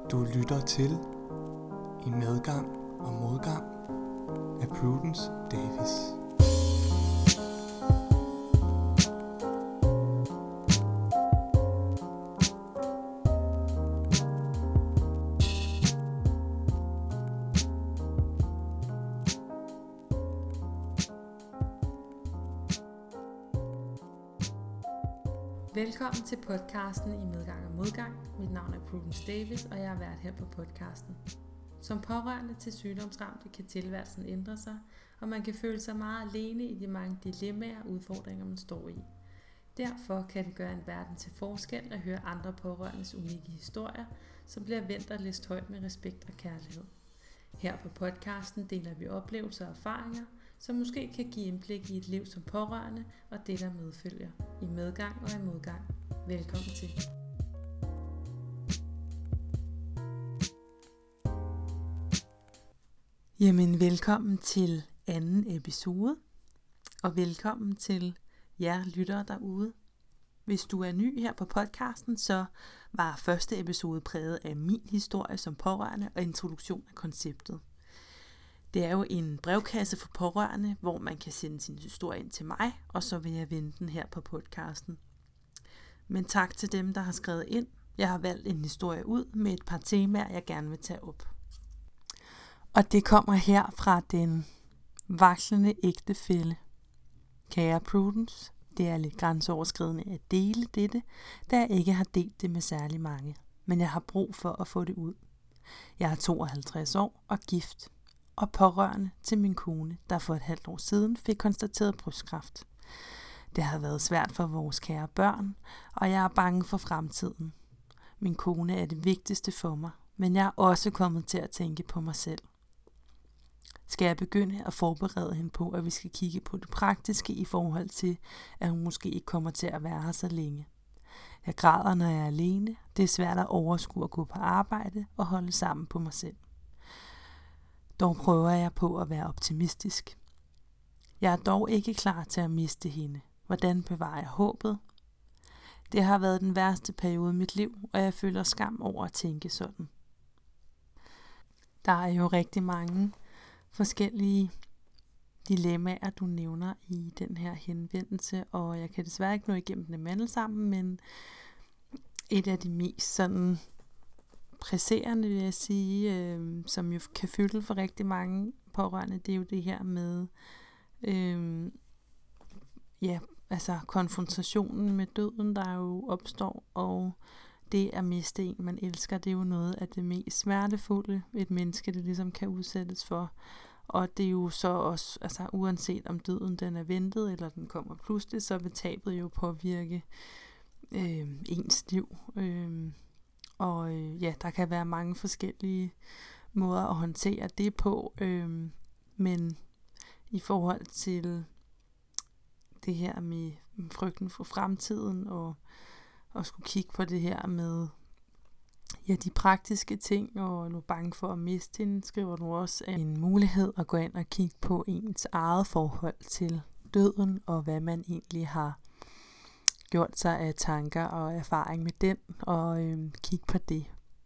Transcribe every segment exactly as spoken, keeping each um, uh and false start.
Du lytter til I medgang og modgang af Prudence Davis. Velkommen til podcasten I medgang og modgang. Mit navn er Prudence Davis, og jeg er vært her på podcasten. Som pårørende til sygdomsramte kan tilværelsen ændre sig, og man kan føle sig meget alene i de mange dilemmaer og udfordringer, man står i. Derfor kan det gøre en verden til forskel at høre andre pårørendes unikke historier, som bliver vendt og læst højt med respekt og kærlighed. Her på podcasten deler vi oplevelser og erfaringer, som måske kan give indblik i et liv som pårørende og det, der medfølger, i medgang og i modgang. Velkommen til. Jamen, velkommen til anden episode, og velkommen til jer lyttere derude. Hvis du er ny her på podcasten, så var første episode præget af min historie som pårørende og introduktion af konceptet. Det er jo en brevkasse for pårørende, hvor man kan sende sin historie ind til mig, og så vil jeg vende den her på podcasten. Men tak til dem, der har skrevet ind. Jeg har valgt en historie ud med et par temaer, jeg gerne vil tage op. Og det kommer her fra den vaklende ægtefælle. Kære Prudence, det er lidt grænseoverskridende at dele dette, da jeg ikke har delt det med særlig mange. Men jeg har brug for at få det ud. Jeg er tooghalvtreds år og gift. Og pårørende til min kone, der for et halvt år siden fik konstateret brystkræft. Det har været svært for vores kære børn, og jeg er bange for fremtiden. Min kone er det vigtigste for mig, men jeg er også kommet til at tænke på mig selv. Skal jeg begynde at forberede hende på, at vi skal kigge på det praktiske i forhold til, at hun måske ikke kommer til at være her så længe? Jeg græder, når jeg er alene. Det er svært at overskue at gå på arbejde og holde sammen på mig selv. Dog prøver jeg på at være optimistisk. Jeg er dog ikke klar til at miste hende. Hvordan bevarer jeg håbet? Det har været den værste periode i mit liv, og jeg føler skam over at tænke sådan. Der er jo rigtig mange forskellige dilemmaer, du nævner i den her henvendelse, og jeg kan desværre ikke nå igennem dem alle sammen, men et af de mest sådan presserende, vil jeg sige, øh, som jo kan fylde for rigtig mange pårørende, det er jo det her med øh, ja, altså konfrontationen med døden, der jo opstår, og det at miste en, man elsker, det er jo noget af det mest smertefulde, et menneske, det ligesom kan udsættes for. Og det er jo så også, altså uanset om døden den er ventet, eller den kommer pludselig, så vil tabet jo påvirke øh, ens liv. Øh, Og øh, ja, der kan være mange forskellige måder at håndtere det på, øh, men i forhold til det her med frygten for fremtiden, og, og skulle kigge på det her med ja, de praktiske ting, og nu er bange for at miste hende, skriver du også en mulighed at gå ind og kigge på ens eget forhold til døden, og hvad man egentlig har gjort sig af tanker og erfaring med den, og øh, kigge på det.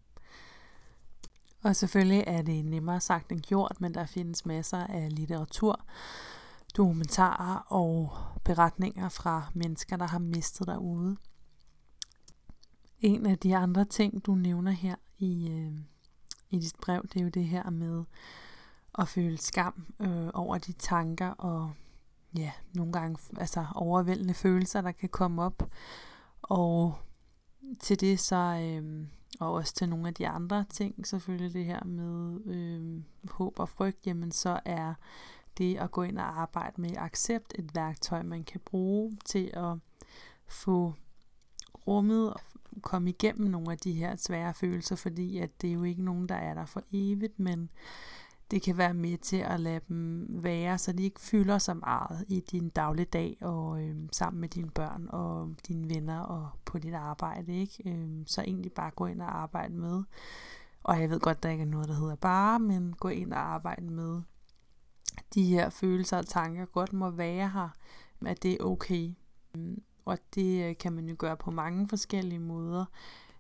Og selvfølgelig er det nemmere sagt end gjort, men der findes masser af litteratur, dokumentarer og beretninger fra mennesker, der har mistet derude. En af de andre ting, du nævner her i, øh, i dit brev, det er jo det her med at føle skam øh, over de tanker og ja, nogle gange altså overvældende følelser, der kan komme op. Og til det så, øh, og også til nogle af de andre ting, selvfølgelig det her med øh, håb og frygt, jamen så er det at gå ind og arbejde med accept et værktøj, man kan bruge til at få rummet og komme igennem nogle af de her svære følelser, fordi at det er jo ikke nogen, der er der for evigt, men det kan være med til at lade dem være, så de ikke fylder så meget i din dagligdag og øh, sammen med dine børn og dine venner og på dit arbejde, ikke? Øh, så egentlig bare gå ind og arbejde med. Og jeg ved godt, der ikke er noget, der hedder bare, men gå ind og arbejde med de her følelser og tanker godt må være her, at det er okay. Og det kan man jo gøre på mange forskellige måder.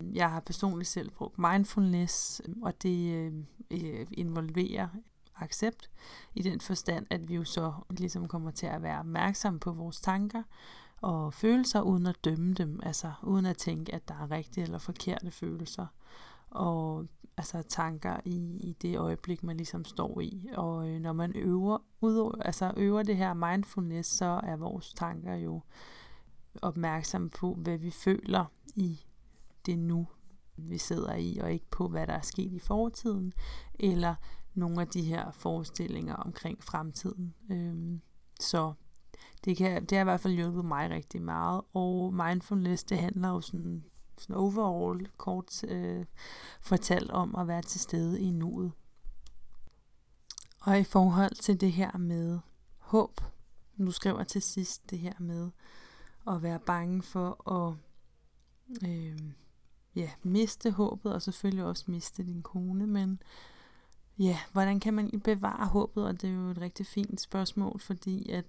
Jeg har personligt selv brugt mindfulness, og det øh, involverer accept i den forstand, at vi jo så ligesom kommer til at være opmærksomme på vores tanker og følelser, uden at dømme dem, altså uden at tænke, at der er rigtige eller forkerte følelser, og altså tanker i, i det øjeblik, man ligesom står i. Og øh, når man øver, ud, altså øver det her mindfulness, så er vores tanker jo opmærksomme på, hvad vi føler i det nu, vi sidder i, og ikke på, hvad der er sket i fortiden, eller nogle af de her forestillinger omkring fremtiden. Øhm, så det, kan, det har i hvert fald hjulpet mig rigtig meget, og mindfulness, det handler jo sådan, sådan overall kort øh, fortalt om at være til stede i nuet. Og i forhold til det her med håb, nu skriver jeg til sidst det her med at være bange for at øh, ja, miste håbet, og selvfølgelig også miste din kone, men ja, hvordan kan man bevare håbet? Og det er jo et rigtig fint spørgsmål, fordi at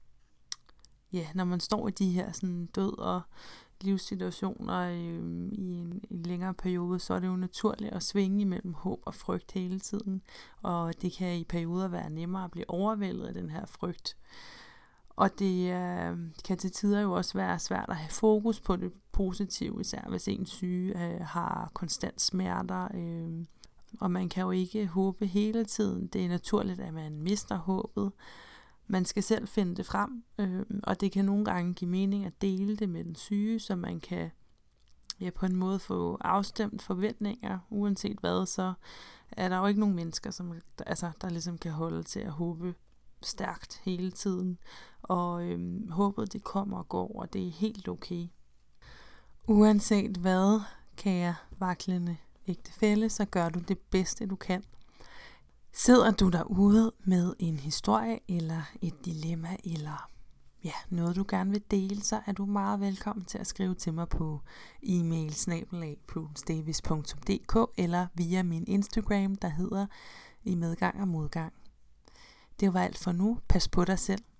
ja, når man står i de her sådan død og livssituationer øh, i en, en længere periode, så er det jo naturligt at svinge imellem håb og frygt hele tiden, og det kan i perioder være nemmere at blive overvældet af den her frygt. Og det øh, kan til tider jo også være svært at have fokus på det positive, især hvis ens syge øh, har konstant smerter, øh, og man kan jo ikke håbe hele tiden. Det er naturligt, at man mister håbet. Man skal selv finde det frem, øh, og det kan nogle gange give mening at dele det med den syge, så man kan ja, på en måde få afstemt forventninger. Uanset hvad, så er der jo ikke nogen mennesker, som, altså, der ligesom kan holde til at håbe stærkt hele tiden. Og øh, håbet, det kommer og går, og det er helt okay. Uanset hvad, kære vaklende ægtefælle, så gør du det bedste, du kan. Sidder du derude med en historie, eller et dilemma, eller ja, noget du gerne vil dele, så er du meget velkommen til at skrive til mig på e-mail snabel-a prudensdavis punktum d k eller via min Instagram, der hedder I medgang og modgang. Det var alt for nu. Pas på dig selv.